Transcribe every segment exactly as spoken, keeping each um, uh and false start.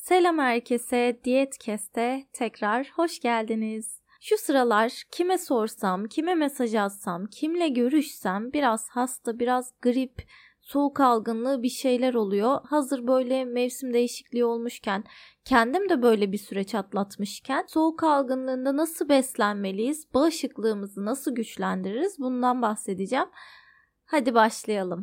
Selam herkese, Diyetkest'e tekrar hoş geldiniz. Şu sıralar kime sorsam, kime mesaj atsam, kimle görüşsem biraz hasta, biraz grip, soğuk algınlığı bir şeyler oluyor. Hazır böyle mevsim değişikliği olmuşken, kendim de böyle bir süreç atlatmışken soğuk algınlığında nasıl beslenmeliyiz, bağışıklığımızı nasıl güçlendiririz bundan bahsedeceğim. Hadi başlayalım.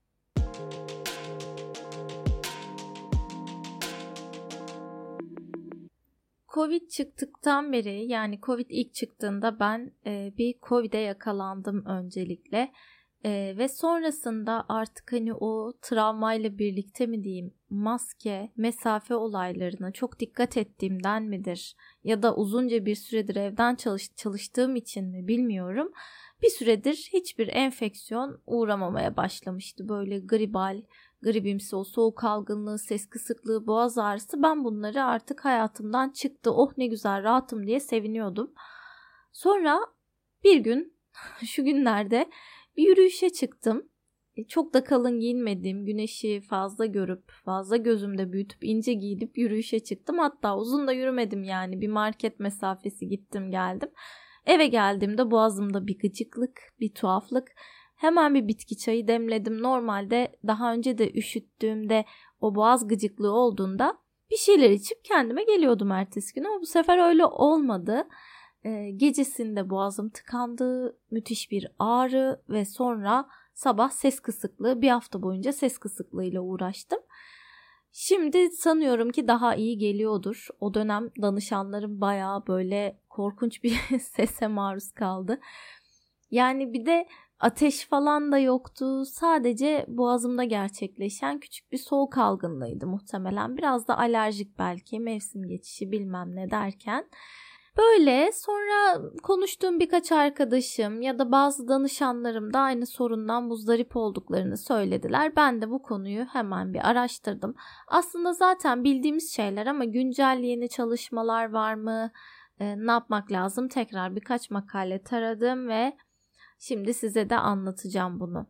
Covid çıktıktan beri, yani Covid ilk çıktığında ben e, bir Covid'e yakalandım öncelikle e, ve sonrasında artık hani o travmayla birlikte mi diyeyim, maske, mesafe olaylarına çok dikkat ettiğimden midir ya da uzunca bir süredir evden çalış, çalıştığım için mi bilmiyorum. Bir süredir hiçbir enfeksiyon uğramamaya başlamıştı. Böyle gribal, gribimsi, o soğuk algınlığı, ses kısıklığı, boğaz ağrısı, ben bunları artık hayatımdan çıktı. Oh ne güzel, rahatım diye seviniyordum. Sonra bir gün şu günlerde bir yürüyüşe çıktım. Çok da kalın giyinmedim. Güneşi fazla görüp, fazla gözümde büyütüp ince giyinip yürüyüşe çıktım. Hatta uzun da yürümedim yani. Bir market mesafesi gittim geldim. Eve geldiğimde boğazımda bir gıcıklık, bir tuhaflık. Hemen bir bitki çayı demledim. Normalde daha önce de üşüttüğümde o boğaz gıcıklığı olduğunda bir şeyler içip kendime geliyordum ertesi gün. Ama bu sefer öyle olmadı. Ee, gecesinde boğazım tıkandı, müthiş bir ağrı ve sonra sabah ses kısıklığı. Bir hafta boyunca ses kısıklığıyla uğraştım. Şimdi sanıyorum ki daha iyi geliyordur. O dönem danışanlarım bayağı böyle korkunç bir sese maruz kaldı. Yani bir de ateş falan da yoktu. Sadece boğazımda gerçekleşen küçük bir soğuk algınlığıydı muhtemelen. Biraz da alerjik belki, mevsim geçişi bilmem ne derken. Böyle sonra konuştuğum birkaç arkadaşım ya da bazı danışanlarım da aynı sorundan muzdarip olduklarını söylediler. Ben de bu konuyu hemen bir araştırdım. Aslında zaten bildiğimiz şeyler ama güncel yeni çalışmalar var mı? Ee, ne yapmak lazım? Tekrar birkaç makale taradım ve şimdi size de anlatacağım bunu.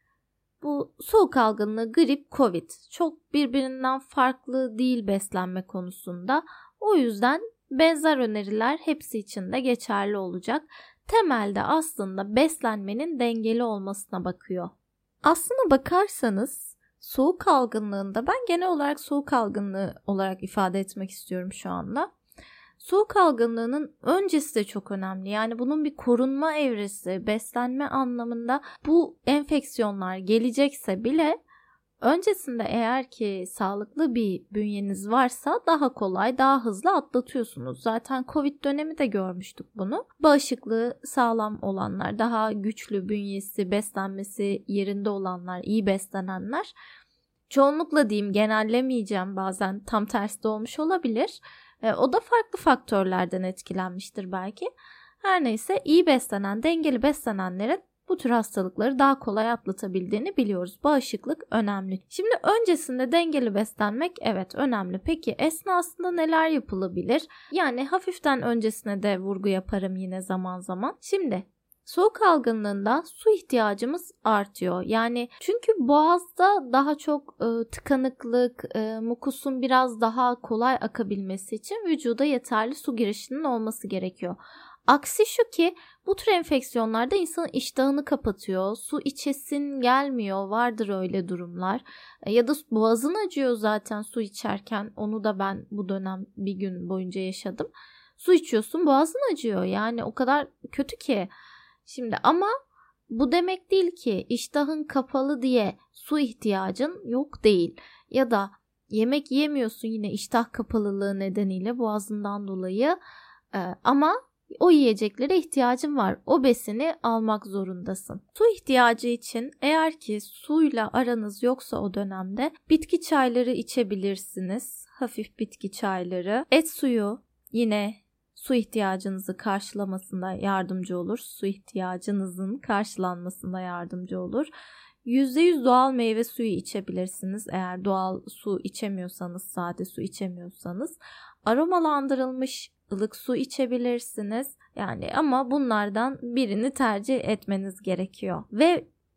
Bu soğuk algınlığı, grip, Covid çok birbirinden farklı değil beslenme konusunda. O yüzden benzer öneriler hepsi için de geçerli olacak. Temelde aslında beslenmenin dengeli olmasına bakıyor. Aslına bakarsanız soğuk algınlığında, ben genel olarak soğuk algınlığı olarak ifade etmek istiyorum şu anda. Soğuk algınlığının öncesi de çok önemli. Yani bunun bir korunma evresi, beslenme anlamında bu enfeksiyonlar gelecekse bile öncesinde eğer ki sağlıklı bir bünyeniz varsa daha kolay, daha hızlı atlatıyorsunuz. Zaten Covid dönemi de görmüştük bunu. Bağışıklığı sağlam olanlar, daha güçlü bünyesi, beslenmesi yerinde olanlar, iyi beslenenler, çoğunlukla diyeyim, genellemeyeceğim, bazen tam tersi de olmuş olabilir. E, o da farklı faktörlerden etkilenmiştir belki. Her neyse, iyi beslenen, dengeli beslenenlerin bu tür hastalıkları daha kolay atlatabildiğini biliyoruz. Bağışıklık önemli. Şimdi öncesinde dengeli beslenmek evet önemli. Peki esnasında neler yapılabilir? Yani hafiften öncesine de vurgu yaparım yine zaman zaman. Şimdi soğuk algınlığında su ihtiyacımız artıyor. Yani çünkü boğazda daha çok e, tıkanıklık, e, mukusun biraz daha kolay akabilmesi için vücuda yeterli su girişinin olması gerekiyor. Aksi şu ki bu tür enfeksiyonlarda insanın iştahını kapatıyor, su içesin gelmiyor, vardır öyle durumlar. E, ya da boğazın acıyor zaten su içerken, onu da ben bu dönem bir gün boyunca yaşadım. Su içiyorsun, boğazın acıyor, yani o kadar kötü ki. Şimdi ama bu demek değil ki iştahın kapalı diye su ihtiyacın yok değil. Ya da yemek yemiyorsun yine iştah kapalılığı nedeniyle, boğazından dolayı ee, ama o yiyeceklere ihtiyacın var. O besini almak zorundasın. Su ihtiyacı için eğer ki suyla aranız yoksa o dönemde bitki çayları içebilirsiniz. Hafif bitki çayları. Et suyu yine su ihtiyacınızı karşılamasında yardımcı olur. Su ihtiyacınızın karşılanmasında yardımcı olur. yüzde yüz doğal meyve suyu içebilirsiniz. Eğer doğal su içemiyorsanız, sade su içemiyorsanız. Aromalandırılmış ılık su içebilirsiniz. Yani ama bunlardan birini tercih etmeniz gerekiyor. Ve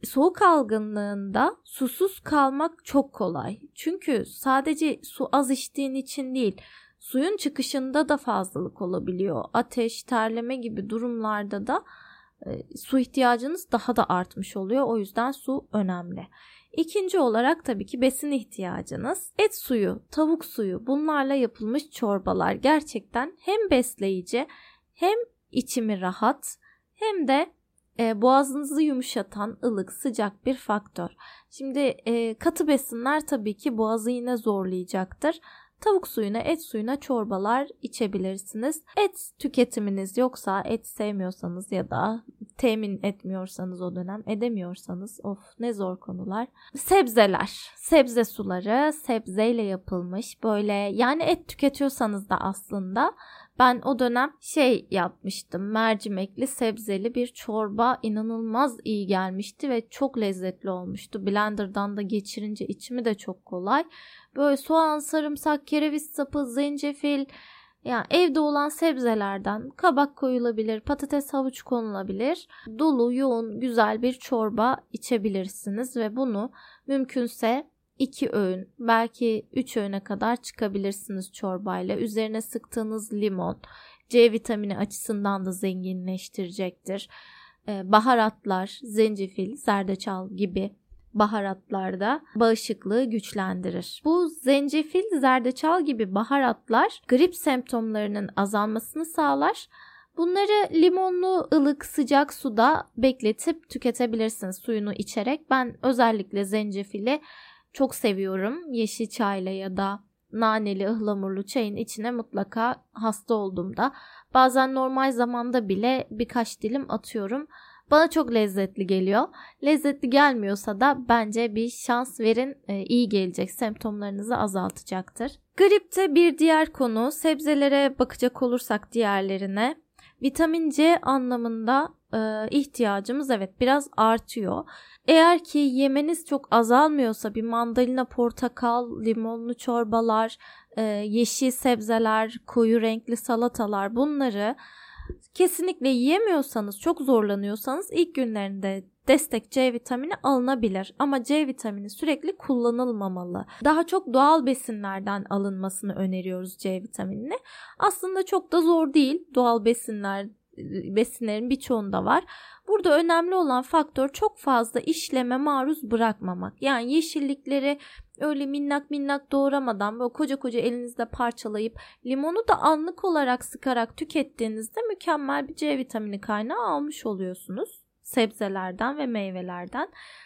soğuk algınlığında susuz kalmak çok kolay. Çünkü sadece su az içtiğin için değil, suyun çıkışında da fazlalık olabiliyor. Ateş, terleme gibi durumlarda da e, su ihtiyacınız daha da artmış oluyor. O yüzden su önemli. İkinci olarak tabii ki besin ihtiyacınız. Et suyu, tavuk suyu, bunlarla yapılmış çorbalar gerçekten hem besleyici, hem içimi rahat, hem de e, boğazınızı yumuşatan ılık, sıcak bir faktör. Şimdi e, katı besinler tabii ki boğazı yine zorlayacaktır. Tavuk suyuna, et suyuna çorbalar içebilirsiniz. Et tüketiminiz yoksa, et sevmiyorsanız ya da temin etmiyorsanız, o dönem edemiyorsanız, of ne zor konular. Sebzeler, sebze suları, sebzeyle yapılmış böyle, yani et tüketiyorsanız da aslında ben o dönem şey yapmıştım, mercimekli sebzeli bir çorba, inanılmaz iyi gelmişti ve çok lezzetli olmuştu. Blender'dan da geçirince içimi de çok kolay. Böyle soğan, sarımsak, kereviz sapı, zencefil, yani evde olan sebzelerden kabak koyulabilir, patates, havuç konulabilir. Dolu, yoğun, güzel bir çorba içebilirsiniz ve bunu mümkünse iki öğün, belki üç öğüne kadar çıkabilirsiniz çorbayla. Üzerine sıktığınız limon C vitamini açısından da zenginleştirecektir. Ee, baharatlar, zencefil, zerdeçal gibi baharatlarda bağışıklığı güçlendirir. Bu zencefil, zerdeçal gibi baharatlar grip semptomlarının azalmasını sağlar. Bunları limonlu, ılık, sıcak suda bekletip tüketebilirsiniz suyunu içerek. Ben özellikle zencefili çok seviyorum. Yeşil çayla ya da naneli, ıhlamurlu çayın içine mutlaka hasta olduğumda, bazen normal zamanda bile birkaç dilim atıyorum. Bana çok lezzetli geliyor. Lezzetli gelmiyorsa da bence bir şans verin, e, iyi gelecek, semptomlarınızı azaltacaktır. Gripte bir diğer konu, sebzelere bakacak olursak diğerlerine, vitamin C anlamında e, ihtiyacımız evet biraz artıyor. Eğer ki yemeniz çok azalmıyorsa bir mandalina, portakal, limonlu çorbalar, e, yeşil sebzeler, koyu renkli salatalar, bunları kesinlikle yiyemiyorsanız, çok zorlanıyorsanız ilk günlerinde destek C vitamini alınabilir. Ama C vitamini sürekli kullanılmamalı. Daha çok doğal besinlerden alınmasını öneriyoruz C vitaminini. Aslında çok da zor değil. Doğal besinler, besinlerin birçoğunda var. Burada önemli olan faktör çok fazla işleme maruz bırakmamak. Yani yeşillikleri öyle minnak minnak doğramadan böyle koca koca elinizde parçalayıp limonu da anlık olarak sıkarak tükettiğinizde mükemmel bir C vitamini kaynağı almış oluyorsunuz sebzelerden ve meyvelerden.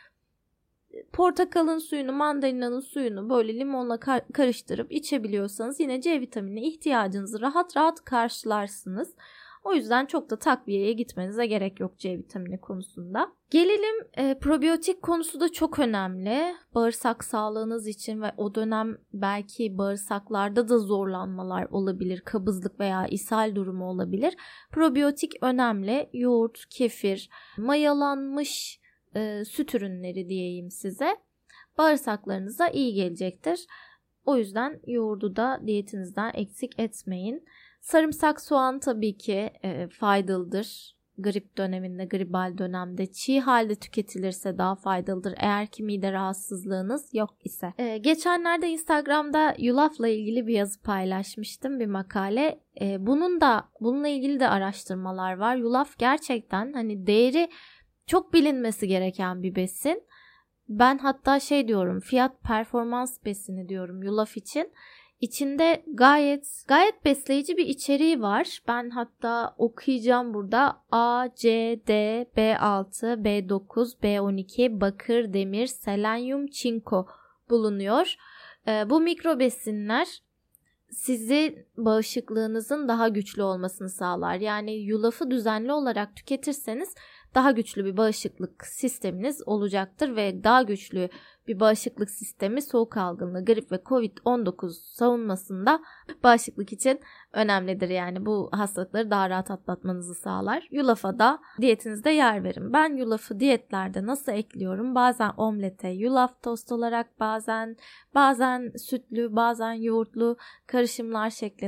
Portakalın suyunu, mandalinanın suyunu böyle limonla kar- karıştırıp içebiliyorsanız yine C vitamini ihtiyacınızı rahat rahat karşılarsınız. O yüzden çok da takviyeye gitmenize gerek yok C vitamini konusunda. Gelelim e, probiyotik konusu da çok önemli. Bağırsak sağlığınız için ve o dönem belki bağırsaklarda da zorlanmalar olabilir. Kabızlık veya ishal durumu olabilir. Probiyotik önemli. Yoğurt, kefir, mayalanmış e, süt ürünleri diyeyim size. Bağırsaklarınıza iyi gelecektir. O yüzden yoğurdu da diyetinizden eksik etmeyin. Sarımsak, soğan tabii ki e, faydalıdır. Grip döneminde, gribal dönemde çiğ halde tüketilirse daha faydalıdır. Eğer ki mide rahatsızlığınız yok ise. E, geçenlerde Instagram'da yulafla ilgili bir yazı paylaşmıştım, bir makale. E, bunun da bununla ilgili de araştırmalar var. Yulaf gerçekten hani değeri çok bilinmesi gereken bir besin. Ben hatta şey diyorum, fiyat performans besini diyorum yulaf için. İçinde gayet gayet besleyici bir içeriği var. Ben hatta okuyacağım burada. A, C, D, B altı, B dokuz, B on iki, bakır, demir, selenyum, çinko bulunuyor. Ee, bu mikro besinler sizi bağışıklığınızın daha güçlü olmasını sağlar. Yani yulafı düzenli olarak tüketirseniz daha güçlü bir bağışıklık sisteminiz olacaktır ve daha güçlü bir bağışıklık sistemi soğuk algınlığı, grip ve kovid on dokuz savunmasında bağışıklık için önemlidir. Yani bu hastalıkları daha rahat atlatmanızı sağlar. Yulafa da diyetinizde yer verin. Ben yulafı diyetlerde nasıl ekliyorum? Bazen omlete yulaf tost olarak, bazen bazen sütlü, bazen yoğurtlu karışımlar şeklinde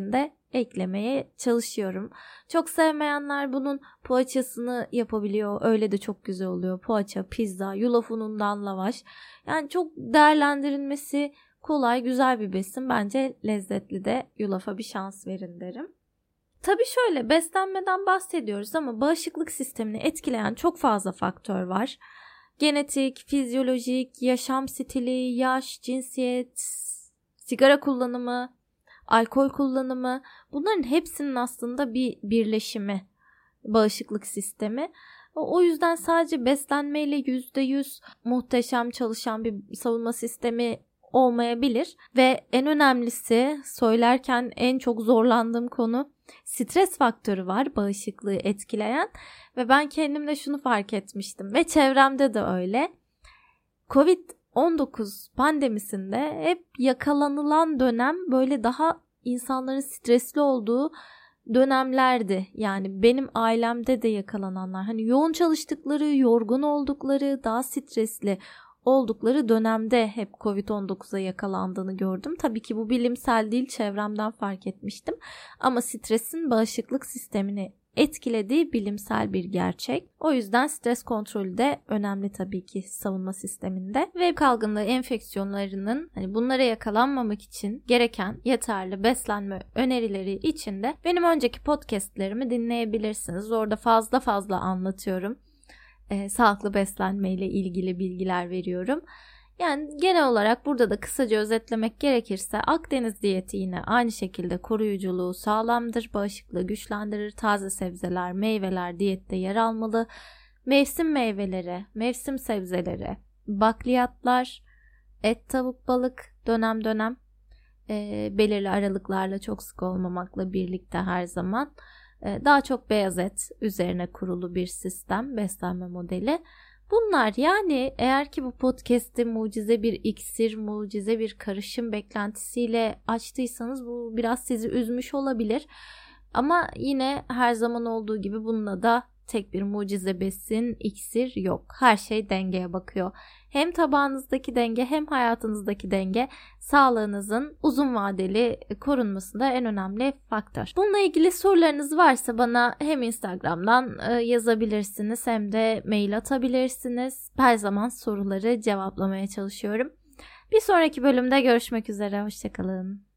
eklemeye çalışıyorum. Çok sevmeyenler bunun poğaçasını yapabiliyor. Öyle de çok güzel oluyor. Poğaça, pizza, yulaf unundan lavaş. Yani çok değerlendirilmesi kolay, güzel bir besin. Bence lezzetli de, yulafa bir şans verin derim. Tabii şöyle, beslenmeden bahsediyoruz ama bağışıklık sistemini etkileyen çok fazla faktör var. Genetik, fizyolojik, yaşam stili, yaş, cinsiyet, sigara kullanımı, alkol kullanımı, bunların hepsinin aslında bir birleşimi bağışıklık sistemi. O yüzden sadece beslenmeyle yüzde yüz muhteşem çalışan bir savunma sistemi olmayabilir ve en önemlisi, söylerken en çok zorlandığım konu, stres faktörü var bağışıklığı etkileyen ve ben kendimde şunu fark etmiştim ve çevremde de öyle. covid on dokuz pandemisinde hep yakalanılan dönem böyle daha insanların stresli olduğu dönemlerdi. Yani benim ailemde de yakalananlar, hani yoğun çalıştıkları, yorgun oldukları, daha stresli oldukları dönemde hep covid on dokuza yakalandığını gördüm. Tabii ki bu bilimsel değil, çevremden fark etmiştim. Ama stresin bağışıklık sistemini etkilediği bilimsel bir gerçek. O yüzden stres kontrolü de önemli tabii ki savunma sisteminde. Ve kalgınlığı enfeksiyonlarının hani bunlara yakalanmamak için gereken yeterli beslenme önerileri için de benim önceki podcastlerimi dinleyebilirsiniz. Orada fazla fazla anlatıyorum. E, sağlıklı beslenme ile ilgili bilgiler veriyorum. Yani genel olarak burada da kısaca özetlemek gerekirse Akdeniz diyeti yine aynı şekilde koruyuculuğu sağlamdır, bağışıklığı güçlendirir, taze sebzeler, meyveler diyette yer almalı, mevsim meyveleri, mevsim sebzeleri, bakliyatlar, et, tavuk, balık dönem dönem e, belirli aralıklarla, çok sık olmamakla birlikte her zaman e, daha çok beyaz et üzerine kurulu bir sistem, beslenme modeli. Bunlar, yani eğer ki bu podcast'i mucize bir iksir, mucize bir karışım beklentisiyle açtıysanız bu biraz sizi üzmüş olabilir. Ama yine her zaman olduğu gibi bununla da tek bir mucize besin, iksir yok. Her şey dengeye bakıyor. Hem tabağınızdaki denge hem hayatınızdaki denge sağlığınızın uzun vadeli korunmasında en önemli faktör. Bununla ilgili sorularınız varsa bana hem Instagram'dan yazabilirsiniz hem de mail atabilirsiniz. Her zaman soruları cevaplamaya çalışıyorum. Bir sonraki bölümde görüşmek üzere. Hoşça kalın.